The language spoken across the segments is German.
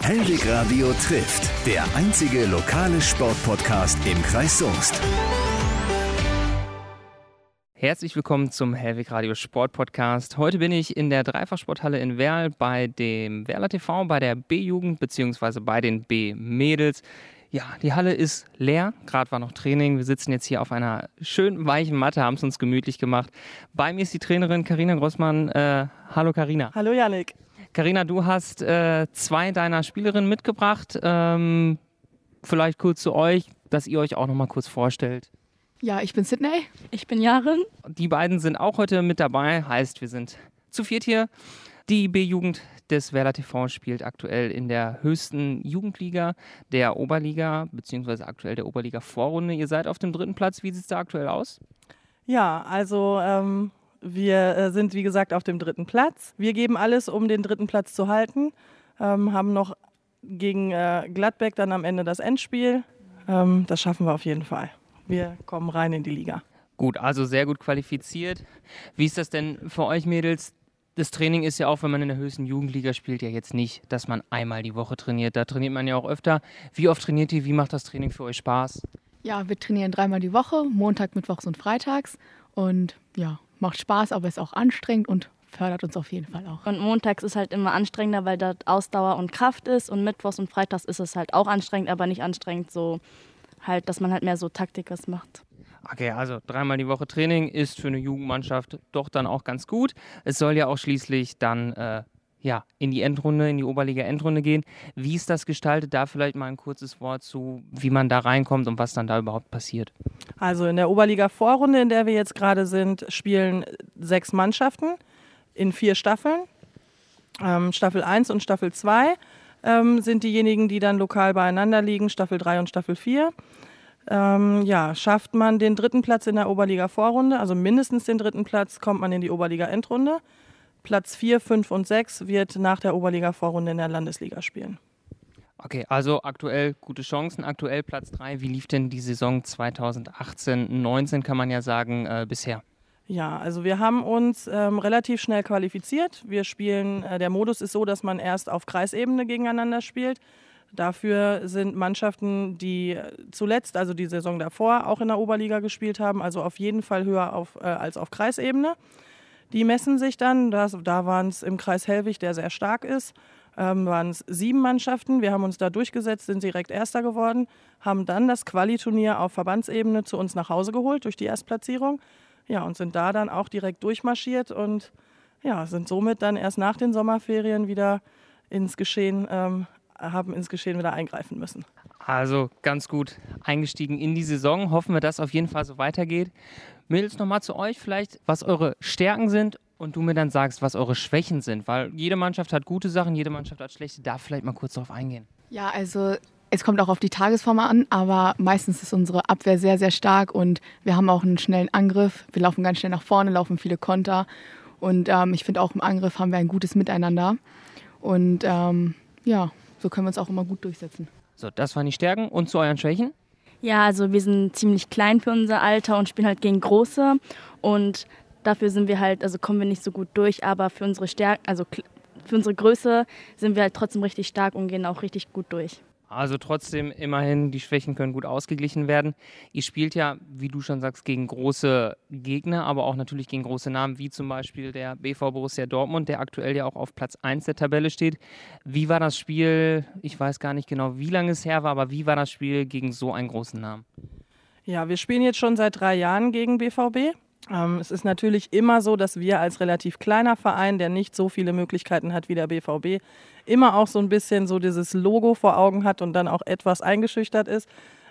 Hellwig Radio trifft, der einzige lokale Sportpodcast im Kreis Soest. Herzlich willkommen zum Hellwig Radio Sportpodcast. Heute bin ich in der Dreifachsporthalle in Werl bei dem Werler TV, bei der B-Jugend bzw. bei den B-Mädels. Ja, die Halle ist leer, gerade war noch Training. Wir sitzen jetzt hier auf einer schönen weichen Matte, haben es uns gemütlich gemacht. Bei mir ist die Trainerin Carina Grossmann. Hallo Carina. Hallo Yannick. Carina, du hast zwei deiner Spielerinnen mitgebracht. Vielleicht kurz zu euch, dass ihr euch auch noch mal kurz vorstellt. Ja, ich bin Sydney. Ich bin Jaren. Die beiden sind auch heute mit dabei, heißt, wir sind zu viert hier. Die B-Jugend des Werler TV spielt aktuell in der höchsten Jugendliga der Oberliga, beziehungsweise aktuell der Oberliga-Vorrunde. Ihr seid auf dem 3. Platz. Wie sieht es da aktuell aus? Ja, also wir sind wie gesagt auf dem 3. Platz. Wir geben alles, um den 3. Platz zu halten. Haben noch gegen Gladbeck dann am Ende das Endspiel. Das schaffen wir auf jeden Fall. Wir kommen rein in die Liga. Gut, also sehr gut qualifiziert. Wie ist das denn für euch Mädels? Das Training ist ja auch, wenn man in der höchsten Jugendliga spielt, ja jetzt nicht, dass man einmal die Woche trainiert. Da trainiert man ja auch öfter. Wie oft trainiert ihr? Wie macht das Training für euch Spaß? Ja, wir trainieren 3-mal die Woche, Montag, Mittwochs und Freitags. Und ja, macht Spaß, aber ist auch anstrengend und fördert uns auf jeden Fall auch. Und montags ist halt immer anstrengender, weil dort Ausdauer und Kraft ist. Und mittwochs und freitags ist es halt auch anstrengend, aber nicht anstrengend so halt, dass man halt mehr so Taktik was macht. Okay, also 3-mal die Woche Training ist für eine Jugendmannschaft doch dann auch ganz gut. Es soll ja auch schließlich dann in die Endrunde, in die Oberliga-Endrunde gehen. Wie ist das gestaltet? Da vielleicht mal ein kurzes Wort zu, wie man da reinkommt und was dann da überhaupt passiert. Also in der Oberliga-Vorrunde, in der wir jetzt gerade sind, spielen 6 Mannschaften in 4 Staffeln. Staffel 1 und Staffel 2 sind diejenigen, die dann lokal beieinander liegen, Staffel 3 und Staffel 4. Schafft man den 3. Platz in der Oberliga-Vorrunde, also mindestens den 3. Platz, kommt man in die Oberliga-Endrunde. Platz 4, 5 und 6 wird nach der Oberliga-Vorrunde in der Landesliga spielen. Okay, also aktuell gute Chancen, aktuell Platz 3. Wie lief denn die Saison 2018-19, kann man ja sagen, bisher? Ja, also wir haben uns relativ schnell qualifiziert. Wir spielen, der Modus ist so, dass man erst auf Kreisebene gegeneinander spielt. Dafür sind Mannschaften, die zuletzt, also die Saison davor, auch in der Oberliga gespielt haben, also auf jeden Fall höher als auf Kreisebene. Die messen sich dann, da waren es im Kreis Hellwig, der sehr stark ist, waren es 7 Mannschaften. Wir haben uns da durchgesetzt, sind direkt Erster geworden, haben dann das Quali-Turnier auf Verbandsebene zu uns nach Hause geholt durch die Erstplatzierung. Ja, und sind da dann auch direkt durchmarschiert und ja, sind somit dann erst nach den Sommerferien wieder haben ins Geschehen wieder eingreifen müssen. Also ganz gut eingestiegen in die Saison. Hoffen wir, dass es auf jeden Fall so weitergeht. Mädels, nochmal zu euch vielleicht, was eure Stärken sind und du mir dann sagst, was eure Schwächen sind. Weil jede Mannschaft hat gute Sachen, jede Mannschaft hat schlechte. Darf vielleicht mal kurz darauf eingehen. Ja, also es kommt auch auf die Tagesform an, aber meistens ist unsere Abwehr sehr, sehr stark und wir haben auch einen schnellen Angriff. Wir laufen ganz schnell nach vorne, laufen viele Konter und ich finde auch im Angriff haben wir ein gutes Miteinander und so können wir uns auch immer gut durchsetzen. So, das waren die Stärken. Und zu euren Schwächen? Ja, also wir sind ziemlich klein für unser Alter und spielen halt gegen Große. Und dafür sind wir halt, also kommen wir nicht so gut durch. Aber für unsere Stärken, also für unsere Größe sind wir halt trotzdem richtig stark und gehen auch richtig gut durch. Also trotzdem immerhin, die Schwächen können gut ausgeglichen werden. Ihr spielt ja, wie du schon sagst, gegen große Gegner, aber auch natürlich gegen große Namen, wie zum Beispiel der BV Borussia Dortmund, der aktuell ja auch auf Platz 1 der Tabelle steht. Wie war das Spiel, ich weiß gar nicht genau, wie lange es her war, aber wie war das Spiel gegen so einen großen Namen? Ja, wir spielen jetzt schon seit 3 Jahren gegen BVB. Es ist natürlich immer so, dass wir als relativ kleiner Verein, der nicht so viele Möglichkeiten hat wie der BVB, immer auch so ein bisschen so dieses Logo vor Augen hat und dann auch etwas eingeschüchtert ist.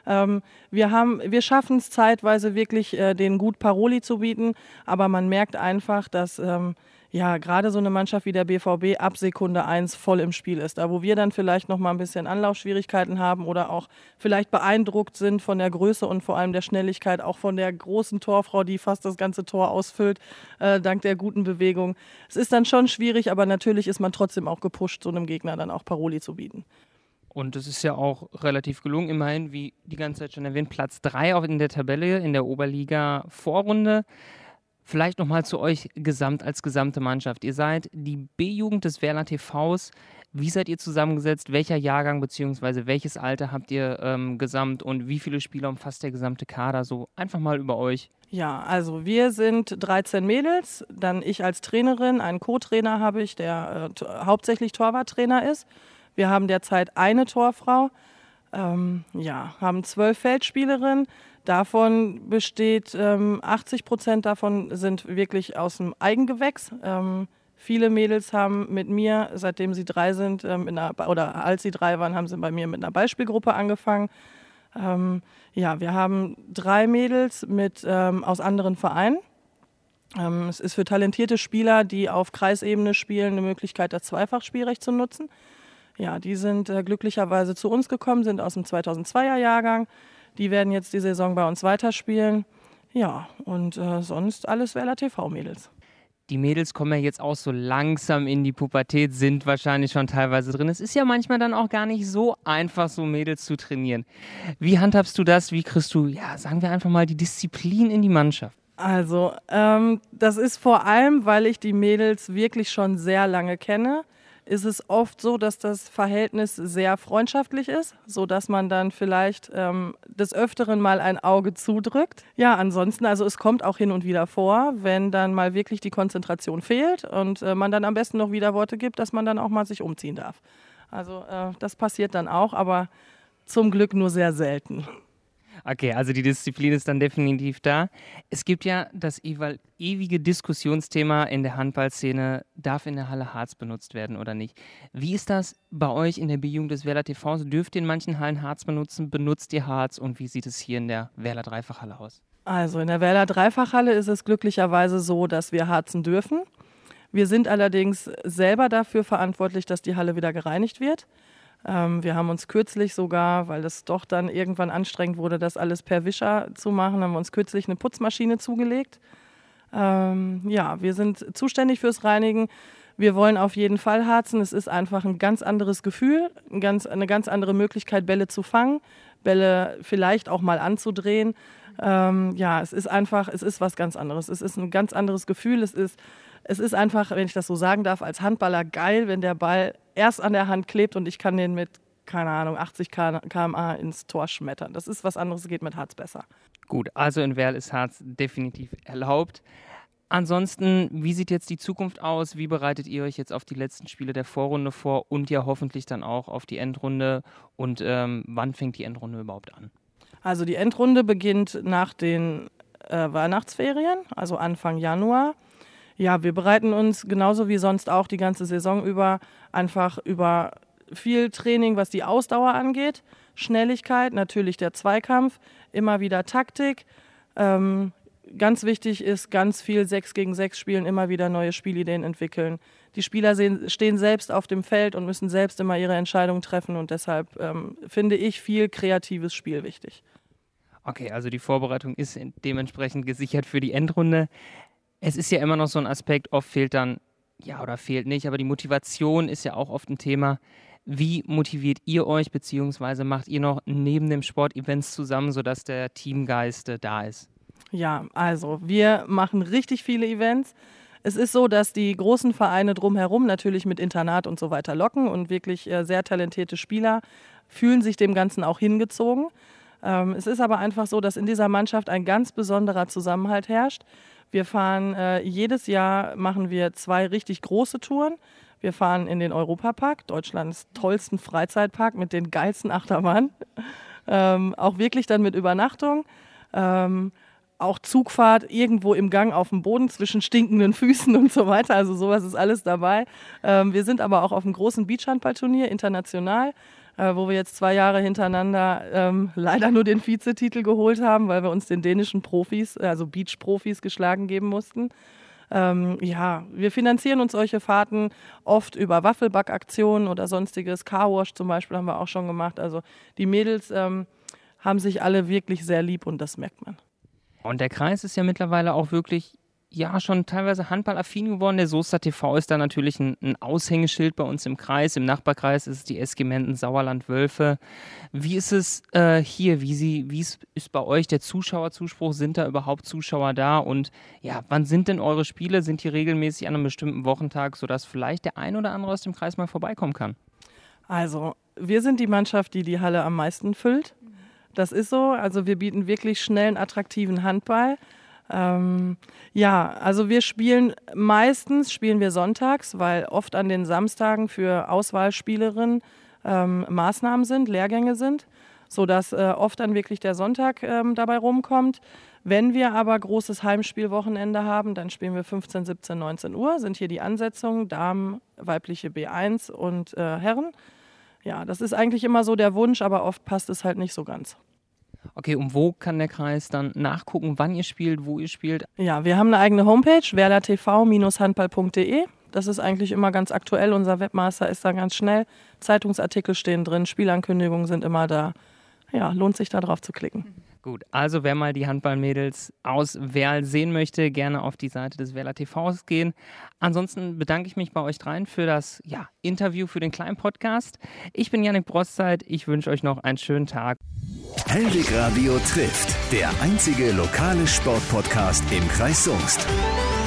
Wir schaffen es zeitweise wirklich, denen gut Paroli zu bieten, aber man merkt einfach, dass gerade so eine Mannschaft wie der BVB ab Sekunde 1 voll im Spiel ist. Da wo wir dann vielleicht noch mal ein bisschen Anlaufschwierigkeiten haben oder auch vielleicht beeindruckt sind von der Größe und vor allem der Schnelligkeit, auch von der großen Torfrau, die fast das ganze Tor ausfüllt, dank der guten Bewegung. Es ist dann schon schwierig, aber natürlich ist man trotzdem auch gepusht, so einem Gegner dann auch Paroli zu bieten. Und es ist ja auch relativ gelungen, immerhin, wie die ganze Zeit schon erwähnt, Platz 3 auch in der Tabelle, in der Oberliga-Vorrunde. Vielleicht nochmal zu euch als gesamte Mannschaft. Ihr seid die B-Jugend des Werler TVs. Wie seid ihr zusammengesetzt? Welcher Jahrgang bzw. welches Alter habt ihr gesamt und wie viele Spieler umfasst der gesamte Kader? So einfach mal über euch. Ja, also wir sind 13 Mädels, dann ich als Trainerin, einen Co-Trainer habe ich, der hauptsächlich Torwarttrainer ist. Wir haben derzeit eine Torfrau, haben 12 Feldspielerinnen. Davon besteht 80% davon sind wirklich aus dem Eigengewächs. Viele Mädels haben mit mir, seitdem sie 3 sind, als sie 3 waren, haben sie bei mir mit einer Ballspielgruppe angefangen. Wir haben 3 Mädels aus anderen Vereinen. Es ist für talentierte Spieler, die auf Kreisebene spielen, eine Möglichkeit, das Zweifachspielrecht zu nutzen. Ja, die sind glücklicherweise zu uns gekommen, sind aus dem 2002er Jahrgang. Die werden jetzt die Saison bei uns weiterspielen. Ja, und sonst alles Werler TV-Mädels. Die Mädels kommen ja jetzt auch so langsam in die Pubertät, sind wahrscheinlich schon teilweise drin. Es ist ja manchmal dann auch gar nicht so einfach, so Mädels zu trainieren. Wie handhabst du das? Wie kriegst du, sagen wir einfach mal, die Disziplin in die Mannschaft? Also, das ist vor allem, weil ich die Mädels wirklich schon sehr lange kenne, ist es oft so, dass das Verhältnis sehr freundschaftlich ist, sodass man dann vielleicht des Öfteren mal ein Auge zudrückt. Ja, ansonsten, also es kommt auch hin und wieder vor, wenn dann mal wirklich die Konzentration fehlt und man dann am besten noch Widerworte gibt, dass man dann auch mal sich umziehen darf. Also das passiert dann auch, aber zum Glück nur sehr selten. Okay, also die Disziplin ist dann definitiv da. Es gibt ja das ewige Diskussionsthema in der Handballszene, darf in der Halle Harz benutzt werden oder nicht? Wie ist das bei euch in der B-Jugend des Werler TVs? Dürft ihr in manchen Hallen Harz benutzen? Benutzt ihr Harz? Und wie sieht es hier in der Werler Dreifachhalle aus? Also in der Werler Dreifachhalle ist es glücklicherweise so, dass wir harzen dürfen. Wir sind allerdings selber dafür verantwortlich, dass die Halle wieder gereinigt wird. Wir haben uns kürzlich sogar, weil es doch dann irgendwann anstrengend wurde, das alles per Wischer zu machen, haben wir uns kürzlich eine Putzmaschine zugelegt. Wir sind zuständig fürs Reinigen. Wir wollen auf jeden Fall harzen. Es ist einfach ein ganz anderes Gefühl, eine ganz andere Möglichkeit, Bälle zu fangen, Bälle vielleicht auch mal anzudrehen. Es ist was ganz anderes. Es ist ein ganz anderes Gefühl. Es ist einfach, wenn ich das so sagen darf, als Handballer geil, wenn der Ball erst an der Hand klebt und ich kann den mit, keine Ahnung, 80 km/h ins Tor schmettern. Das ist was anderes, geht mit Harz besser. Gut, also in Werl ist Harz definitiv erlaubt. Ansonsten, wie sieht jetzt die Zukunft aus? Wie bereitet ihr euch jetzt auf die letzten Spiele der Vorrunde vor und ja hoffentlich dann auch auf die Endrunde? Und wann fängt die Endrunde überhaupt an? Also die Endrunde beginnt nach den Weihnachtsferien, also Anfang Januar. Ja, wir bereiten uns genauso wie sonst auch die ganze Saison über einfach über viel Training, was die Ausdauer angeht, Schnelligkeit, natürlich der Zweikampf, immer wieder Taktik. Ganz wichtig ist ganz viel 6 gegen 6 spielen, immer wieder neue Spielideen entwickeln. Die Spieler stehen selbst auf dem Feld und müssen selbst immer ihre Entscheidungen treffen und deshalb finde ich viel kreatives Spiel wichtig. Okay, also die Vorbereitung ist dementsprechend gesichert für die Endrunde. Es ist ja immer noch so ein Aspekt, oft fehlt dann, oder fehlt nicht, aber die Motivation ist ja auch oft ein Thema. Wie motiviert ihr euch, beziehungsweise macht ihr noch neben dem Sport Events zusammen, sodass der Teamgeist da ist? Ja, also wir machen richtig viele Events. Es ist so, dass die großen Vereine drumherum natürlich mit Internat und so weiter locken und wirklich sehr talentierte Spieler fühlen sich dem Ganzen auch hingezogen. Es ist aber einfach so, dass in dieser Mannschaft ein ganz besonderer Zusammenhalt herrscht. Wir fahren jedes Jahr, machen wir 2 richtig große Touren. Wir fahren in den Europapark, Deutschlands tollsten Freizeitpark mit den geilsten Achterbahnen. Auch wirklich dann mit Übernachtung. Auch Zugfahrt irgendwo im Gang auf dem Boden zwischen stinkenden Füßen und so weiter. Also sowas ist alles dabei. Wir sind aber auch auf einem großen Beachhandballturnier international, wo wir jetzt 2 Jahre hintereinander leider nur den Vizetitel geholt haben, weil wir uns den dänischen Profis, also Beach-Profis, geschlagen geben mussten. Wir finanzieren uns solche Fahrten oft über Waffelbackaktionen oder sonstiges. Carwash zum Beispiel haben wir auch schon gemacht. Also die Mädels haben sich alle wirklich sehr lieb und das merkt man. Und der Kreis ist ja mittlerweile auch wirklich ja schon teilweise handballaffin geworden. Der Soester TV ist da natürlich ein Aushängeschild bei uns im Kreis. Im Nachbarkreis ist es die SG Menden Sauerland Wölfe. Wie ist es hier? Wie ist bei euch der Zuschauerzuspruch? Sind da überhaupt Zuschauer da? Und ja, wann sind denn eure Spiele? Sind die regelmäßig an einem bestimmten Wochentag, sodass vielleicht der ein oder andere aus dem Kreis mal vorbeikommen kann? Also, wir sind die Mannschaft, die die Halle am meisten füllt. Das ist so. Also, wir bieten wirklich schnellen, attraktiven Handball. Also wir spielen sonntags, weil oft an den Samstagen für Auswahlspielerinnen Maßnahmen sind, Lehrgänge sind, sodass oft dann wirklich der Sonntag dabei rumkommt. Wenn wir aber großes Heimspielwochenende haben, dann spielen wir 15, 17, 19 Uhr, sind hier die Ansetzungen, Damen, weibliche B1 und Herren. Ja, das ist eigentlich immer so der Wunsch, aber oft passt es halt nicht so ganz. Okay, und wo kann der Kreis dann nachgucken, wann ihr spielt, wo ihr spielt? Ja, wir haben eine eigene Homepage, werdertv-handball.de. Das ist eigentlich immer ganz aktuell. Unser Webmaster ist da ganz schnell. Zeitungsartikel stehen drin, Spielankündigungen sind immer da. Ja, lohnt sich da drauf zu klicken. Gut, also wer mal die Handballmädels aus Werl sehen möchte, gerne auf die Seite des Werler TVs gehen. Ansonsten bedanke ich mich bei euch dreien für das Interview, für den kleinen Podcast. Ich bin Jannik Broszeit, ich wünsche euch noch einen schönen Tag. Hellwig Radio trifft, der einzige lokale Sportpodcast im Kreis Soest.